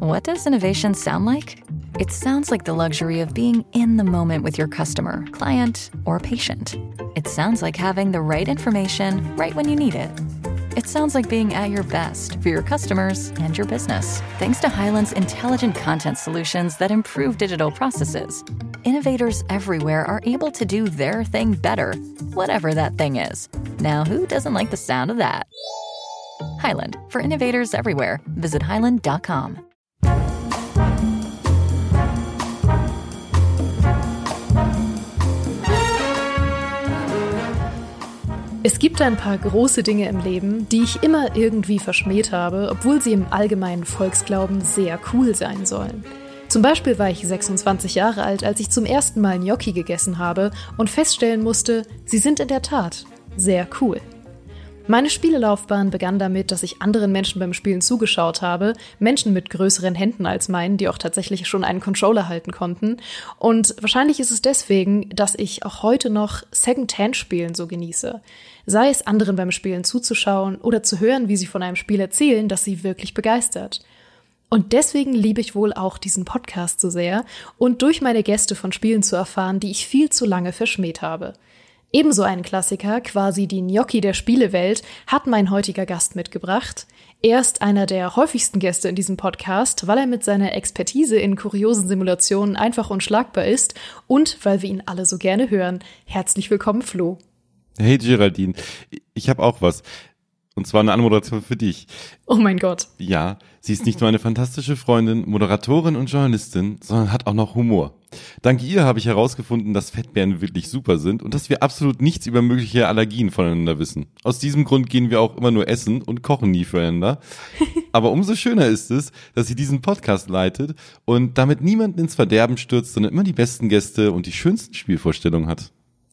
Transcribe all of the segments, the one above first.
What does innovation sound like? It sounds like the luxury of being in the moment with your customer, client, or patient. It sounds like having the right information right when you need it. It sounds like being at your best for your customers and your business. Thanks to Hyland's intelligent content solutions that improve digital processes, innovators everywhere are able to do their thing better, whatever that thing is. Now, who doesn't like the sound of that? Hyland, for innovators everywhere. Visit hyland.com. Es gibt ein paar große Dinge im Leben, die ich immer irgendwie verschmäht habe, obwohl sie im allgemeinen Volksglauben sehr cool sein sollen. Zum Beispiel war ich 26 Jahre alt, als ich zum ersten Mal Gnocchi gegessen habe und feststellen musste, sie sind in der Tat sehr cool. Meine Spielelaufbahn begann damit, dass ich anderen Menschen beim Spielen zugeschaut habe, Menschen mit größeren Händen als meinen, die auch tatsächlich schon einen Controller halten konnten. Und wahrscheinlich ist es deswegen, dass ich auch heute noch Second-Hand-Spielen so genieße. Sei es anderen beim Spielen zuzuschauen oder zu hören, wie sie von einem Spiel erzählen, das sie wirklich begeistert. Und deswegen liebe ich wohl auch diesen Podcast so sehr und durch meine Gäste von Spielen zu erfahren, die ich viel zu lange verschmäht habe. Ebenso einen Klassiker, quasi die Gnocchi der Spielewelt, hat mein heutiger Gast mitgebracht. Er ist einer der häufigsten Gäste in diesem Podcast, weil er mit seiner Expertise in kuriosen Simulationen einfach unschlagbar ist und weil wir ihn alle so gerne hören. Herzlich willkommen, Flo. Hey Geraldine, ich habe auch was. Und zwar eine Anmoderation für dich. Oh mein Gott. Ja, sie ist nicht nur eine fantastische Freundin, Moderatorin und Journalistin, sondern hat auch noch Humor. Dank ihr habe ich herausgefunden, dass Fettbären wirklich super sind und dass wir absolut nichts über mögliche Allergien voneinander wissen. Aus diesem Grund gehen wir auch immer nur essen und kochen nie füreinander. Aber umso schöner ist es, dass sie diesen Podcast leitet und damit niemanden ins Verderben stürzt, sondern immer die besten Gäste und die schönsten Spielvorstellungen hat.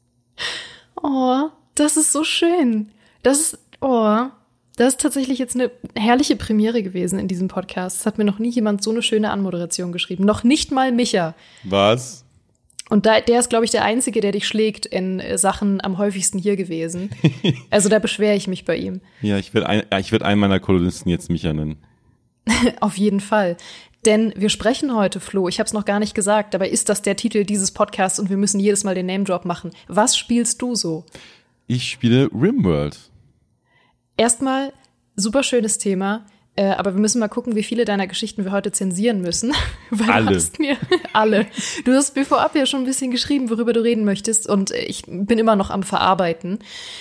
Oh, das ist so schön. Das ist tatsächlich jetzt eine herrliche Premiere gewesen in diesem Podcast. Es hat mir noch nie jemand so eine schöne Anmoderation geschrieben. Noch nicht mal Micha. Was? Und der ist, glaube ich, der Einzige, der dich schlägt in Sachen am häufigsten hier gewesen. Also da beschwere ich mich bei ihm. Ja, ich werd einen meiner Kolonisten jetzt Micha nennen. Auf jeden Fall. Denn wir sprechen heute, Flo, ich habe es noch gar nicht gesagt, aber ist das der Titel dieses Podcasts und wir müssen jedes Mal den Name-Drop machen. Was spielst du so? Ich spiele RimWorld. Erstmal, super schönes Thema, aber wir müssen mal gucken, wie viele deiner Geschichten wir heute zensieren müssen. Weil alle. Du hast mir vorab ja schon ein bisschen geschrieben, worüber du reden möchtest und ich bin immer noch am Verarbeiten.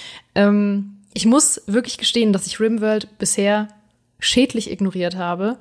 Ich muss wirklich gestehen, dass ich RimWorld bisher schädlich ignoriert habe.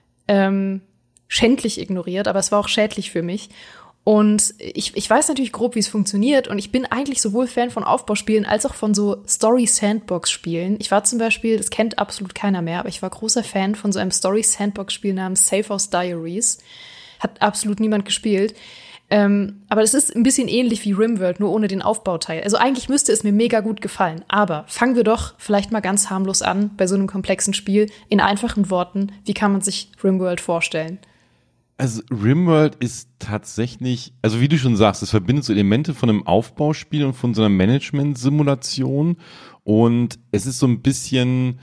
Schändlich ignoriert, aber es war auch schädlich für mich. Und ich weiß natürlich grob, wie es funktioniert und ich bin eigentlich sowohl Fan von Aufbauspielen als auch von so Story-Sandbox-Spielen. Ich war zum Beispiel, das kennt absolut keiner mehr, aber ich war großer Fan von so einem Story-Sandbox-Spiel namens Safe House Diaries. Hat absolut niemand gespielt. Aber es ist ein bisschen ähnlich wie RimWorld, nur ohne den Aufbauteil. Also eigentlich müsste es mir mega gut gefallen. Aber fangen wir doch vielleicht mal ganz harmlos an bei so einem komplexen Spiel. In einfachen Worten, wie kann man sich RimWorld vorstellen? Also RimWorld ist tatsächlich, also wie du schon sagst, es verbindet so Elemente von einem Aufbauspiel und von so einer Management-Simulation und es ist so ein bisschen,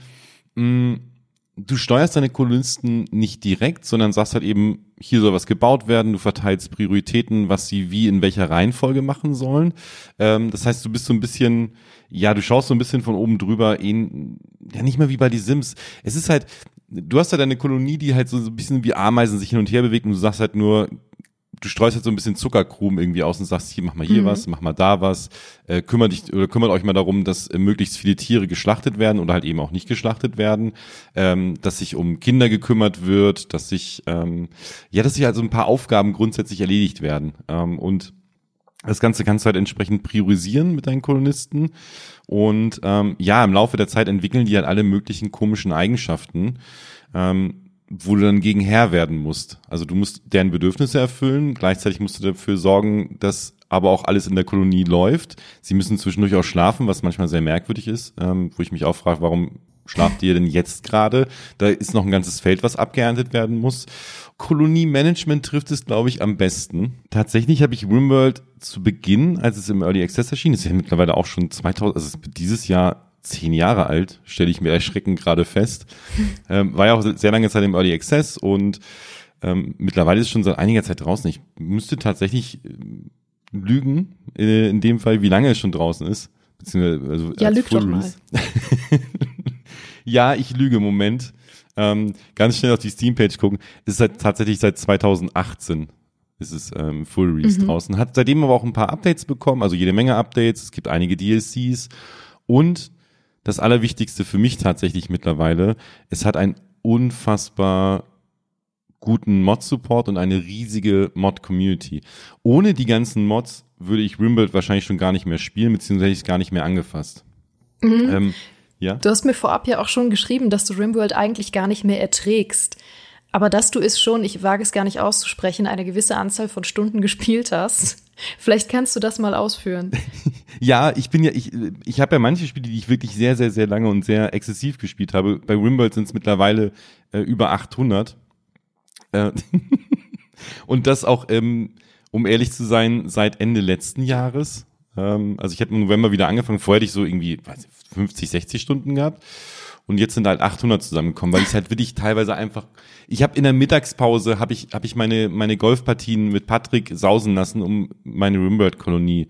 du steuerst deine Kolonisten nicht direkt, sondern sagst halt eben, hier soll was gebaut werden, du verteilst Prioritäten, was sie wie in welcher Reihenfolge machen sollen. Das heißt, du bist so ein bisschen, ja, du schaust so ein bisschen von oben drüber, ja nicht mal wie bei die Sims. Es ist halt, du hast halt eine Kolonie, die halt so ein bisschen wie Ameisen sich hin und her bewegt und du sagst halt nur, du streust halt so ein bisschen Zuckerkrumen irgendwie aus und sagst, hier, mach mal hier was, mach mal da was, kümmert euch mal darum, dass möglichst viele Tiere geschlachtet werden oder halt eben auch nicht geschlachtet werden, dass sich um Kinder gekümmert wird, dass sich halt so ein paar Aufgaben grundsätzlich erledigt werden, und das Ganze kannst du halt entsprechend priorisieren mit deinen Kolonisten und im Laufe der Zeit entwickeln die halt alle möglichen komischen Eigenschaften, wo du dann gegen Herr werden musst. Also du musst deren Bedürfnisse erfüllen, gleichzeitig musst du dafür sorgen, dass aber auch alles in der Kolonie läuft. Sie müssen zwischendurch auch schlafen, was manchmal sehr merkwürdig ist, wo ich mich auch frage, warum schlaft ihr denn jetzt gerade? Da ist noch ein ganzes Feld, was abgeerntet werden muss. Kolonie-Management trifft es, glaube ich, am besten. Tatsächlich habe ich RimWorld zu Beginn, als es im Early Access erschien, ist ja mittlerweile auch schon dieses Jahr 10 Jahre alt, stelle ich mir erschreckend gerade fest. War ja auch sehr lange Zeit im Early Access und mittlerweile ist es schon seit einiger Zeit draußen. Ich müsste tatsächlich lügen, in dem Fall, wie lange es schon draußen ist. Beziehungsweise, also ja, lüg doch mal. Ja, ich lüge im Moment. Ganz schnell auf die Steam-Page gucken. Es ist tatsächlich seit 2018 ist es Full Release draußen. Hat seitdem aber auch ein paar Updates bekommen, also jede Menge Updates. Es gibt einige DLCs und das Allerwichtigste für mich tatsächlich mittlerweile, es hat einen unfassbar guten Mod-Support und eine riesige Mod-Community. Ohne die ganzen Mods würde ich RimWorld wahrscheinlich schon gar nicht mehr spielen, beziehungsweise ich es gar nicht mehr angefasst. Ja? Du hast mir vorab ja auch schon geschrieben, dass du RimWorld eigentlich gar nicht mehr erträgst. Aber dass du es schon, ich wage es gar nicht auszusprechen, eine gewisse Anzahl von Stunden gespielt hast. Vielleicht kannst du das mal ausführen. Ja, ich habe ja manche Spiele, die ich wirklich sehr, sehr, sehr lange und sehr exzessiv gespielt habe. Bei RimWorld sind es mittlerweile über 800. Und das auch, um ehrlich zu sein, seit Ende letzten Jahres. Also ich habe im November wieder angefangen. Vorher hätte ich so irgendwie 50, 60 Stunden gehabt. Und jetzt sind halt 800 zusammengekommen, weil ich halt wirklich teilweise einfach, ich habe in der Mittagspause, habe ich meine Golfpartien mit Patrick sausen lassen, um meine RimWorld-Kolonie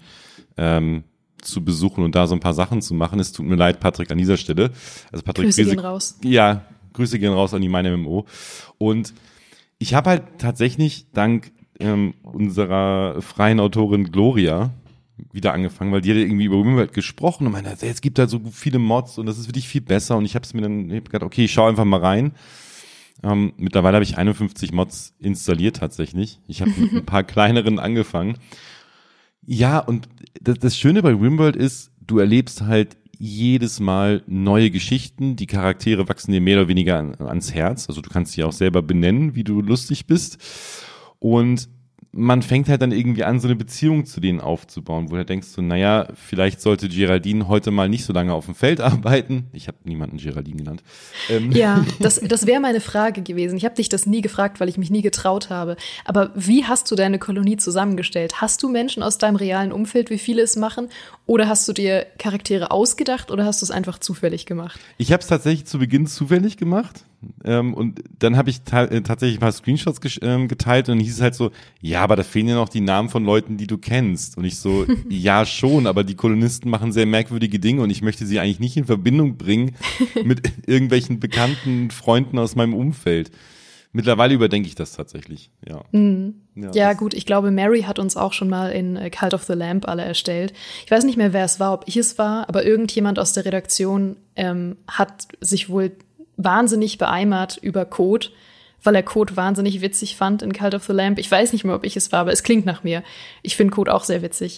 zu besuchen und da so ein paar Sachen zu machen. Es tut mir leid, Patrick, an dieser Stelle. Also Patrick, Grüße gehen raus. Ja, Grüße gehen raus an die meine MMO. Und ich habe halt tatsächlich dank unserer freien Autorin Gloria wieder angefangen, weil die hat irgendwie über RimWorld gesprochen und meinte, es gibt da so viele Mods und das ist wirklich viel besser und ich habe gedacht, okay, ich schaue einfach mal rein. Mittlerweile habe ich 51 Mods installiert tatsächlich. Ich habe mit ein paar kleineren angefangen. Ja, und das Schöne bei RimWorld ist, du erlebst halt jedes Mal neue Geschichten. Die Charaktere wachsen dir mehr oder weniger ans Herz. Also du kannst sie auch selber benennen, wie du lustig bist. Und man fängt halt dann irgendwie an, so eine Beziehung zu denen aufzubauen, wo du denkst so, naja, vielleicht sollte Geraldine heute mal nicht so lange auf dem Feld arbeiten. Ich habe niemanden Geraldine genannt. Ja, das wäre meine Frage gewesen. Ich habe dich das nie gefragt, weil ich mich nie getraut habe. Aber wie hast du deine Kolonie zusammengestellt? Hast du Menschen aus deinem realen Umfeld, wie viele es machen? Oder hast du dir Charaktere ausgedacht oder hast du es einfach zufällig gemacht? Ich habe es tatsächlich zu Beginn zufällig gemacht. Und dann habe ich tatsächlich ein paar Screenshots geteilt und dann hieß es halt so, ja, aber da fehlen ja noch die Namen von Leuten, die du kennst. Und ich so, ja schon, aber die Kolonisten machen sehr merkwürdige Dinge und ich möchte sie eigentlich nicht in Verbindung bringen mit irgendwelchen bekannten Freunden aus meinem Umfeld. Mittlerweile überdenke ich das tatsächlich, ja. Ja, gut, ich glaube, Mary hat uns auch schon mal in Cult of the Lamp alle erstellt. Ich weiß nicht mehr, wer es war, ob ich es war, aber irgendjemand aus der Redaktion hat sich wohl wahnsinnig beeimert über Code, weil er Code wahnsinnig witzig fand in Cult of the Lamp. Ich weiß nicht mehr, ob ich es war, aber es klingt nach mir. Ich finde Code auch sehr witzig.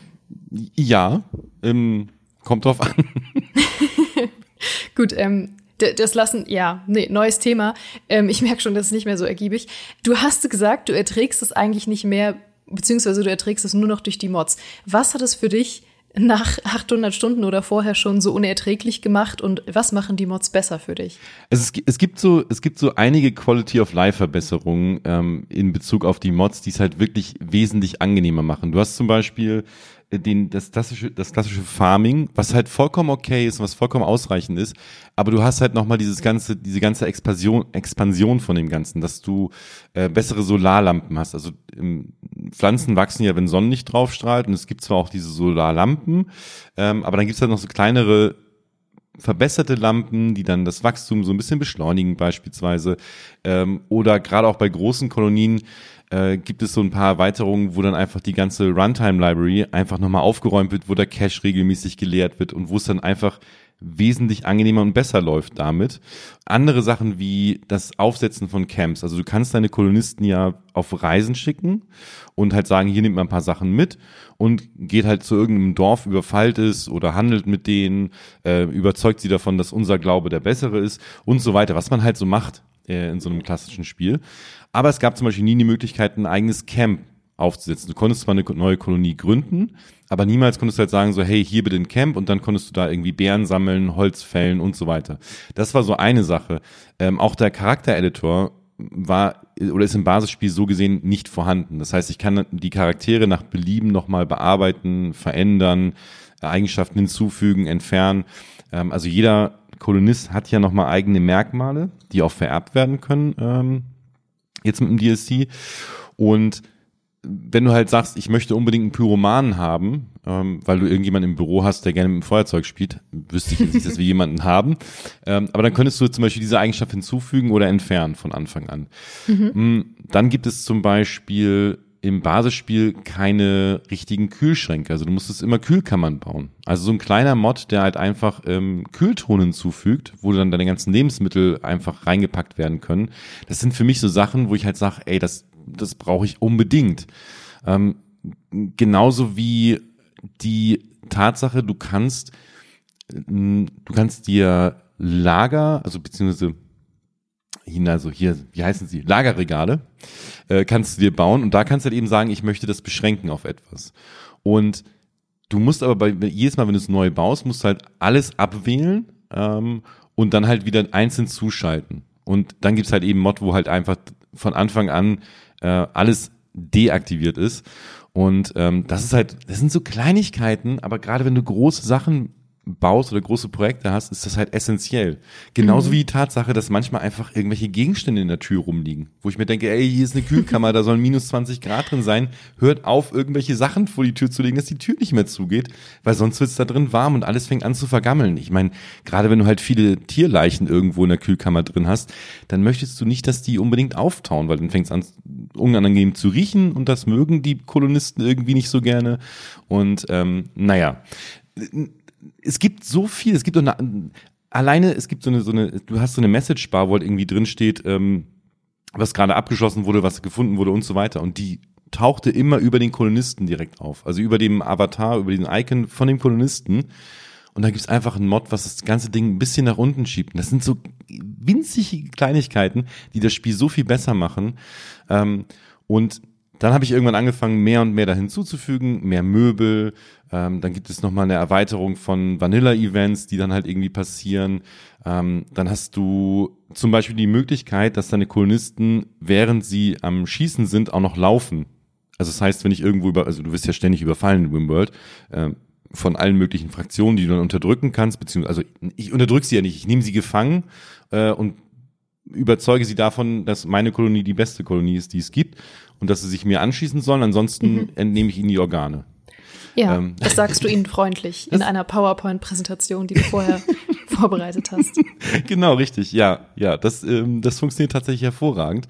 Ja, kommt drauf an. Gut, das lassen, ja, nee, neues Thema. Ich merke schon, das ist nicht mehr so ergiebig. Du hast gesagt, du erträgst es eigentlich nicht mehr, beziehungsweise du erträgst es nur noch durch die Mods. Was hat es für dich nach 800 Stunden oder vorher schon so unerträglich gemacht und was machen die Mods besser für dich? Es gibt so einige Quality-of-Life-Verbesserungen in Bezug auf die Mods, die es halt wirklich wesentlich angenehmer machen. Du hast zum Beispiel das klassische Farming, was halt vollkommen okay ist und was vollkommen ausreichend ist, aber du hast halt nochmal diese ganze Expansion von dem Ganzen, dass du bessere Solarlampen hast. Also Pflanzen wachsen ja, wenn Sonnenlicht drauf strahlt und es gibt zwar auch diese Solarlampen, aber dann gibt's halt noch so kleinere verbesserte Lampen, die dann das Wachstum so ein bisschen beschleunigen beispielsweise, oder gerade auch bei großen Kolonien gibt es so ein paar Erweiterungen, wo dann einfach die ganze Runtime-Library einfach nochmal aufgeräumt wird, wo der Cache regelmäßig geleert wird und wo es dann einfach wesentlich angenehmer und besser läuft damit. Andere Sachen wie das Aufsetzen von Camps. Also du kannst deine Kolonisten ja auf Reisen schicken und halt sagen, hier nimmt man ein paar Sachen mit und geht halt zu irgendeinem Dorf, überfallt es oder handelt mit denen, überzeugt sie davon, dass unser Glaube der bessere ist und so weiter, was man halt so macht in so einem klassischen Spiel. Aber es gab zum Beispiel nie die Möglichkeit, ein eigenes Camp aufzusetzen. Du konntest zwar eine neue Kolonie gründen, aber niemals konntest du halt sagen, so, hey, hier bitte ein Camp und dann konntest du da irgendwie Beeren sammeln, Holz fällen und so weiter. Das war so eine Sache. Auch der Charaktereditor ist im Basisspiel so gesehen nicht vorhanden. Das heißt, ich kann die Charaktere nach Belieben nochmal bearbeiten, verändern, Eigenschaften hinzufügen, entfernen. Also jeder Kolonist hat ja nochmal eigene Merkmale, die auch vererbt werden können, jetzt mit dem DLC. Und wenn du halt sagst, ich möchte unbedingt einen Pyromanen haben, weil du irgendjemanden im Büro hast, der gerne mit dem Feuerzeug spielt, wüsste ich jetzt nicht, dass wir jemanden haben. Aber dann könntest du zum Beispiel diese Eigenschaft hinzufügen oder entfernen von Anfang an. Dann gibt es zum Beispiel im Basisspiel keine richtigen Kühlschränke. Also du musstest immer Kühlkammern bauen. Also so ein kleiner Mod, der halt einfach Kühlton hinzufügt, wo dann deine ganzen Lebensmittel einfach reingepackt werden können. Das sind für mich so Sachen, wo ich halt sage, ey, das brauche ich unbedingt. Genauso wie die Tatsache, du kannst dir Lager, also beziehungsweise hier, wie heißen sie? Lagerregale, kannst du dir bauen und da kannst du halt eben sagen, ich möchte das beschränken auf etwas. Und du musst aber jedes Mal, wenn du es neu baust, musst du halt alles abwählen und dann halt wieder einzeln zuschalten. Und dann gibt's halt eben Mod, wo halt einfach von Anfang an alles deaktiviert ist. Und das sind so Kleinigkeiten, aber gerade wenn du große Sachen baust oder große Projekte hast, ist das halt essentiell. Genauso wie die Tatsache, dass manchmal einfach irgendwelche Gegenstände in der Tür rumliegen, wo ich mir denke, ey, hier ist eine Kühlkammer, da sollen minus 20 Grad drin sein, hört auf, irgendwelche Sachen vor die Tür zu legen, dass die Tür nicht mehr zugeht, weil sonst wird's da drin warm und alles fängt an zu vergammeln. Ich meine, gerade wenn du halt viele Tierleichen irgendwo in der Kühlkammer drin hast, dann möchtest du nicht, dass die unbedingt auftauen, weil dann fängt's an, unangenehm zu riechen und das mögen die Kolonisten irgendwie nicht so gerne. Und es gibt so viel, es gibt so eine, du hast so eine Message-Bar, wo halt irgendwie drin steht, was gerade abgeschlossen wurde, was gefunden wurde und so weiter. Und die tauchte immer über den Kolonisten direkt auf. Also über dem Avatar, über den Icon von dem Kolonisten. Und da gibt's einfach einen Mod, was das ganze Ding ein bisschen nach unten schiebt. Und das sind so winzige Kleinigkeiten, die das Spiel so viel besser machen. Und dann habe ich irgendwann angefangen, mehr und mehr da hinzuzufügen, mehr Möbel. Dann gibt es nochmal eine Erweiterung von Vanilla-Events, die dann halt irgendwie passieren. Dann hast du zum Beispiel die Möglichkeit, dass deine Kolonisten, während sie am Schießen sind, auch noch laufen. Also das heißt, wenn ich irgendwo also du wirst ja ständig überfallen in RimWorld, von allen möglichen Fraktionen, die du dann unterdrücken kannst, beziehungsweise, also ich unterdrücke sie ja nicht, ich nehme sie gefangen und überzeuge sie davon, dass meine Kolonie die beste Kolonie ist, die es gibt und dass sie sich mir anschließen sollen, ansonsten entnehme ich ihnen die Organe. Ja, das sagst du ihnen freundlich in einer PowerPoint-Präsentation, die du vorher vorbereitet hast. Genau, richtig, ja, das funktioniert tatsächlich hervorragend.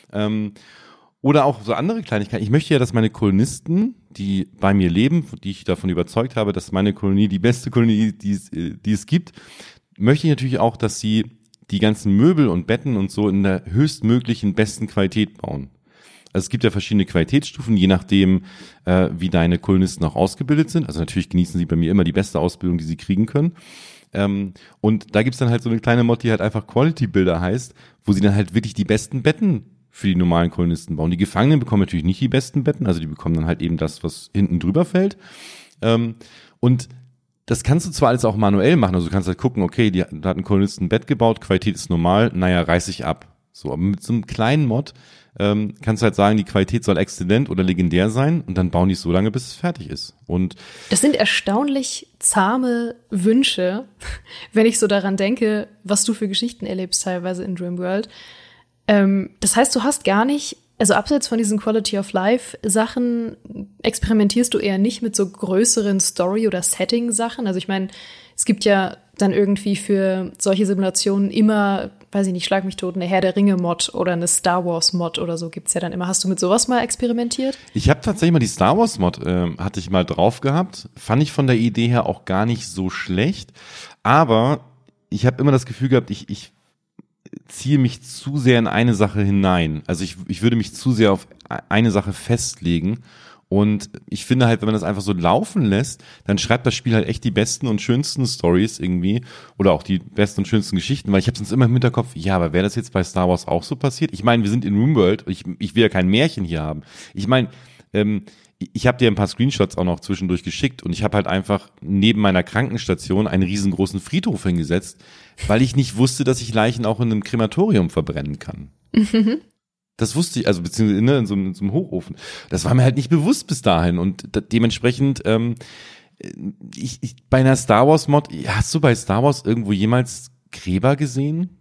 Oder auch so andere Kleinigkeiten. Ich möchte ja, dass meine Kolonisten, die bei mir leben, die ich davon überzeugt habe, dass meine Kolonie die beste Kolonie, die es gibt, möchte ich natürlich auch, dass sie die ganzen Möbel und Betten und so in der höchstmöglichen besten Qualität bauen. Also es gibt ja verschiedene Qualitätsstufen, je nachdem, wie deine Kolonisten auch ausgebildet sind. Also natürlich genießen sie bei mir immer die beste Ausbildung, die sie kriegen können. Und da gibt's dann halt so eine kleine Mod, die halt einfach Quality Builder heißt, wo sie dann halt wirklich die besten Betten für die normalen Kolonisten bauen. Die Gefangenen bekommen natürlich nicht die besten Betten, also die bekommen dann halt eben das, was hinten drüber fällt. Und das kannst du zwar alles auch manuell machen, also du kannst halt gucken, okay, da hat ein Kolonist ein Bett gebaut, Qualität ist normal, naja, reiß ich ab. So, aber mit so einem kleinen Mod kannst du halt sagen, die Qualität soll exzellent oder legendär sein und dann bauen die es so lange, bis es fertig ist. Und das sind erstaunlich zahme Wünsche, wenn ich so daran denke, was du für Geschichten erlebst teilweise in RimWorld. Das heißt, du hast gar nicht, also abseits von diesen Quality-of-Life-Sachen experimentierst du eher nicht mit so größeren Story- oder Setting-Sachen. Also ich meine, es gibt ja dann irgendwie für solche Simulationen immer, weiß ich nicht, schlag mich tot, eine Herr der Ringe-Mod oder eine Star Wars-Mod oder so gibt's ja dann immer. Hast du mit sowas mal experimentiert? Ich habe tatsächlich mal die Star Wars-Mod, hatte ich mal drauf gehabt. Fand ich von der Idee her auch gar nicht so schlecht. Aber ich habe immer das Gefühl gehabt, ich ziehe mich zu sehr in eine Sache hinein. Also ich würde mich zu sehr auf eine Sache festlegen. Und ich finde halt, wenn man das einfach so laufen lässt, dann schreibt das Spiel halt echt die besten und schönsten Stories irgendwie oder auch die besten und schönsten Geschichten, weil ich habe sonst immer im Hinterkopf, ja, aber wäre das jetzt bei Star Wars auch so passiert? Ich meine, wir sind in RimWorld, ich will ja kein Märchen hier haben. Ich meine, ich habe dir ein paar Screenshots auch noch zwischendurch geschickt und ich habe halt einfach neben meiner Krankenstation einen riesengroßen Friedhof hingesetzt, weil ich nicht wusste, dass ich Leichen auch in einem Krematorium verbrennen kann. Das wusste ich, also beziehungsweise in so einem Hochofen. Das war mir halt nicht bewusst bis dahin und dementsprechend bei einer Star Wars Mod, hast du bei Star Wars irgendwo jemals Gräber gesehen?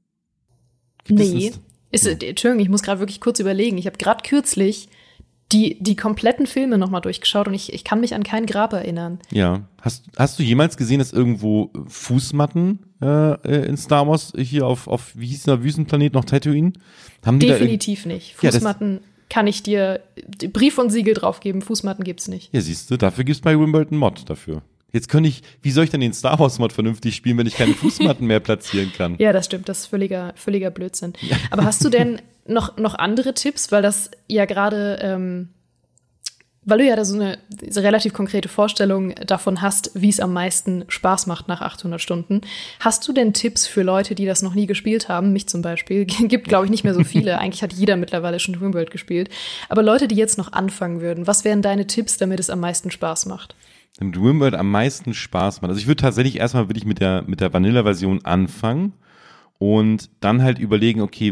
Nee. Entschuldigung, ich muss gerade wirklich kurz überlegen. Ich habe gerade kürzlich die kompletten Filme nochmal durchgeschaut und ich kann mich an kein Grab erinnern. Ja. Hast du jemals gesehen, dass irgendwo Fußmatten in Star Wars hier auf wie hieß der Wüstenplanet noch, Tatooine? Haben die definitiv nicht. Fußmatten kann ich dir Brief und Siegel draufgeben, Fußmatten gibt's nicht. Ja, siehst du, dafür gibt's bei Rimworld einen Mod dafür. Jetzt wie soll ich denn den Star Wars Mod vernünftig spielen, wenn ich keine Fußmatten mehr platzieren kann? Ja, das stimmt, das ist völliger Blödsinn. Ja. Aber hast du denn noch andere Tipps, weil das ja gerade, weil du ja da so eine relativ konkrete Vorstellung davon hast, wie es am meisten Spaß macht nach 800 Stunden. Hast du denn Tipps für Leute, die das noch nie gespielt haben? Mich zum Beispiel. Gibt, glaube ich, nicht mehr so viele. Eigentlich hat jeder mittlerweile schon Rimworld gespielt. Aber Leute, die jetzt noch anfangen würden, was wären deine Tipps, damit es am meisten Spaß macht? Damit Rimworld am meisten Spaß macht. Also ich würde tatsächlich erstmal mit der Vanilla-Version anfangen und dann halt überlegen, okay,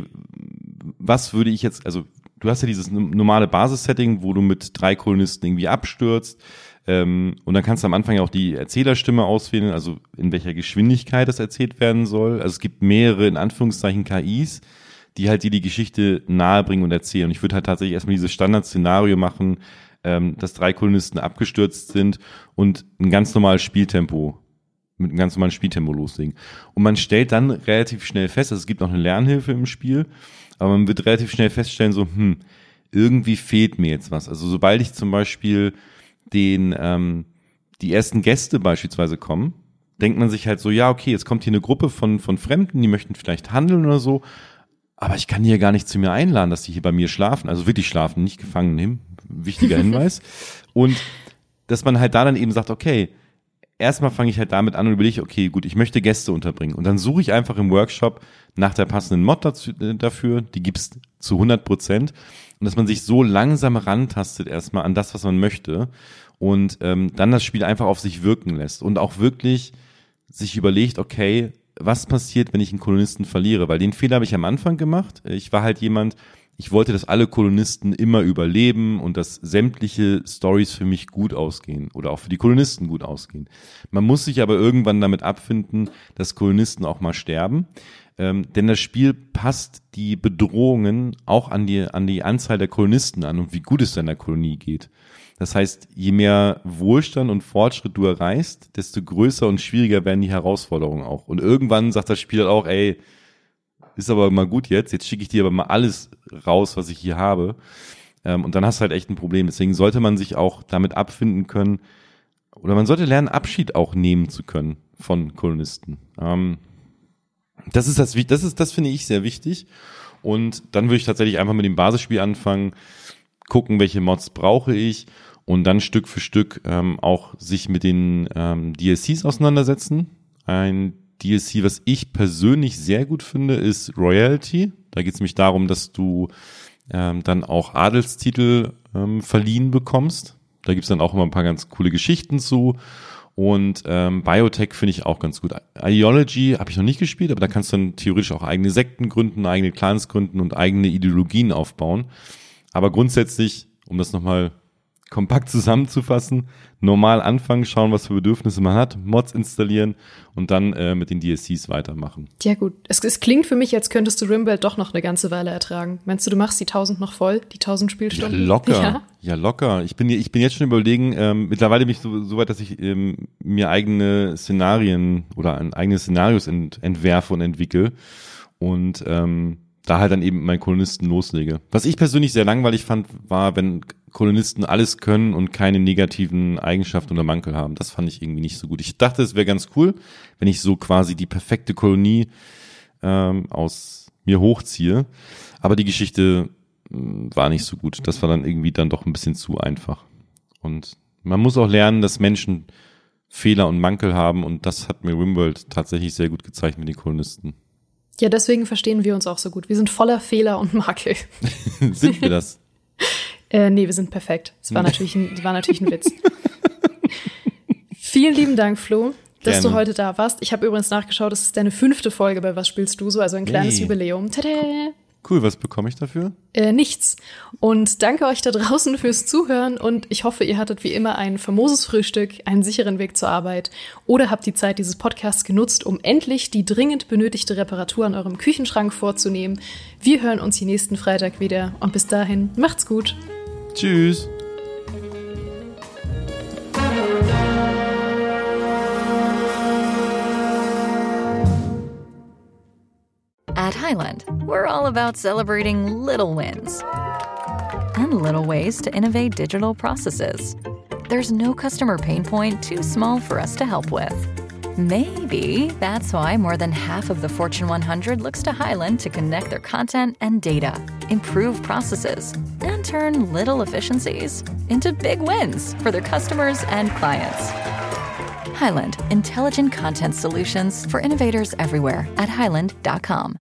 was würde ich jetzt, also du hast ja dieses normale Basis-Setting, wo du mit 3 Kolonisten irgendwie abstürzt und dann kannst du am Anfang ja auch die Erzählerstimme auswählen, also in welcher Geschwindigkeit das erzählt werden soll. Also es gibt mehrere, in Anführungszeichen, KIs, die halt dir die Geschichte nahebringen und erzählen. Und ich würde halt tatsächlich erstmal dieses Standard-Szenario machen, dass 3 Kolonisten abgestürzt sind und ein ganz normales Spieltempo loslegen. Und man stellt dann relativ schnell fest, also es gibt auch eine Lernhilfe im Spiel, aber man wird relativ schnell feststellen, so, irgendwie fehlt mir jetzt was. Also sobald ich zum Beispiel die ersten Gäste beispielsweise kommen, denkt man sich halt so, ja, okay, jetzt kommt hier eine Gruppe von Fremden, die möchten vielleicht handeln oder so, aber ich kann die ja gar nicht zu mir einladen, dass die hier bei mir schlafen, also wirklich schlafen, nicht gefangen nehmen, wichtiger Hinweis. Und dass man halt da dann eben sagt, okay, erstmal fange ich halt damit an und überlege, okay, gut, ich möchte Gäste unterbringen. Und dann suche ich einfach im Workshop nach der passenden Mod dafür, die gibt's zu 100%. Und dass man sich so langsam rantastet erstmal an das, was man möchte und dann das Spiel einfach auf sich wirken lässt und auch wirklich sich überlegt, okay, was passiert, wenn ich einen Kolonisten verliere? Weil den Fehler habe ich am Anfang gemacht. Ich war halt jemand, ich wollte, dass alle Kolonisten immer überleben und dass sämtliche Storys für mich gut ausgehen oder auch für die Kolonisten gut ausgehen. Man muss sich aber irgendwann damit abfinden, dass Kolonisten auch mal sterben, denn das Spiel passt die Bedrohungen auch an die Anzahl der Kolonisten an und wie gut es in der Kolonie geht. Das heißt, je mehr Wohlstand und Fortschritt du erreichst, desto größer und schwieriger werden die Herausforderungen auch. Und irgendwann sagt das Spiel auch, ey, ist aber mal gut jetzt schicke ich dir aber mal alles raus, was ich hier habe. Und dann hast du halt echt ein Problem. Deswegen sollte man sich auch damit abfinden können, oder man sollte lernen, Abschied auch nehmen zu können von Kolonisten. Das finde ich sehr wichtig. Und dann würde ich tatsächlich einfach mit dem Basisspiel anfangen, gucken, welche Mods brauche ich und dann Stück für Stück auch sich mit den DLCs auseinandersetzen. Ein DLC, was ich persönlich sehr gut finde, ist Royalty. Da geht es nämlich darum, dass du dann auch Adelstitel verliehen bekommst. Da gibt's dann auch immer ein paar ganz coole Geschichten zu. Und Biotech finde ich auch ganz gut. Ideology habe ich noch nicht gespielt, aber da kannst du dann theoretisch auch eigene Sekten gründen, eigene Clans gründen und eigene Ideologien aufbauen. Aber grundsätzlich, um das nochmal kompakt zusammenzufassen, normal anfangen, schauen, was für Bedürfnisse man hat, Mods installieren und dann mit den DLCs weitermachen. Ja gut, es klingt für mich, als könntest du Rimworld doch noch eine ganze Weile ertragen. Meinst du machst die 1000 noch voll, die 1000 Spielstunden? Ja, locker. Ja, locker. Ich bin jetzt schon überlegen, mittlerweile bin ich so weit, dass ich mir eigene Szenarien oder eigene Szenarios entwerfe und entwickle und da halt dann eben meinen Kolonisten loslege. Was ich persönlich sehr langweilig fand, war, wenn Kolonisten alles können und keine negativen Eigenschaften oder Mankel haben. Das fand ich irgendwie nicht so gut. Ich dachte, es wäre ganz cool, wenn ich so quasi die perfekte Kolonie aus mir hochziehe. Aber die Geschichte war nicht so gut. Das war dann irgendwie dann doch ein bisschen zu einfach. Und man muss auch lernen, dass Menschen Fehler und Mankel haben und das hat mir Rimworld tatsächlich sehr gut gezeigt mit den Kolonisten. Ja, deswegen verstehen wir uns auch so gut. Wir sind voller Fehler und Makel. Sind wir das? Nee, wir sind perfekt. Es war natürlich ein Witz. Vielen lieben Dank, Flo, dass du heute da warst. Ich habe übrigens nachgeschaut, es ist deine 5. Folge bei Was spielst du so? Also ein kleines Jubiläum. Tada! Cool, was bekomme ich dafür? Nichts. Und danke euch da draußen fürs Zuhören und ich hoffe, ihr hattet wie immer ein famoses Frühstück, einen sicheren Weg zur Arbeit oder habt die Zeit dieses Podcasts genutzt, um endlich die dringend benötigte Reparatur an eurem Küchenschrank vorzunehmen. Wir hören uns hier nächsten Freitag wieder und bis dahin, macht's gut. Tschüss. At Highland, we're all about celebrating little wins and little ways to innovate digital processes. There's no customer pain point too small for us to help with. Maybe that's why more than half of the Fortune 100 looks to Highland to connect their content and data, improve processes, and turn little efficiencies into big wins for their customers and clients. Highland, intelligent content solutions for innovators everywhere at highland.com.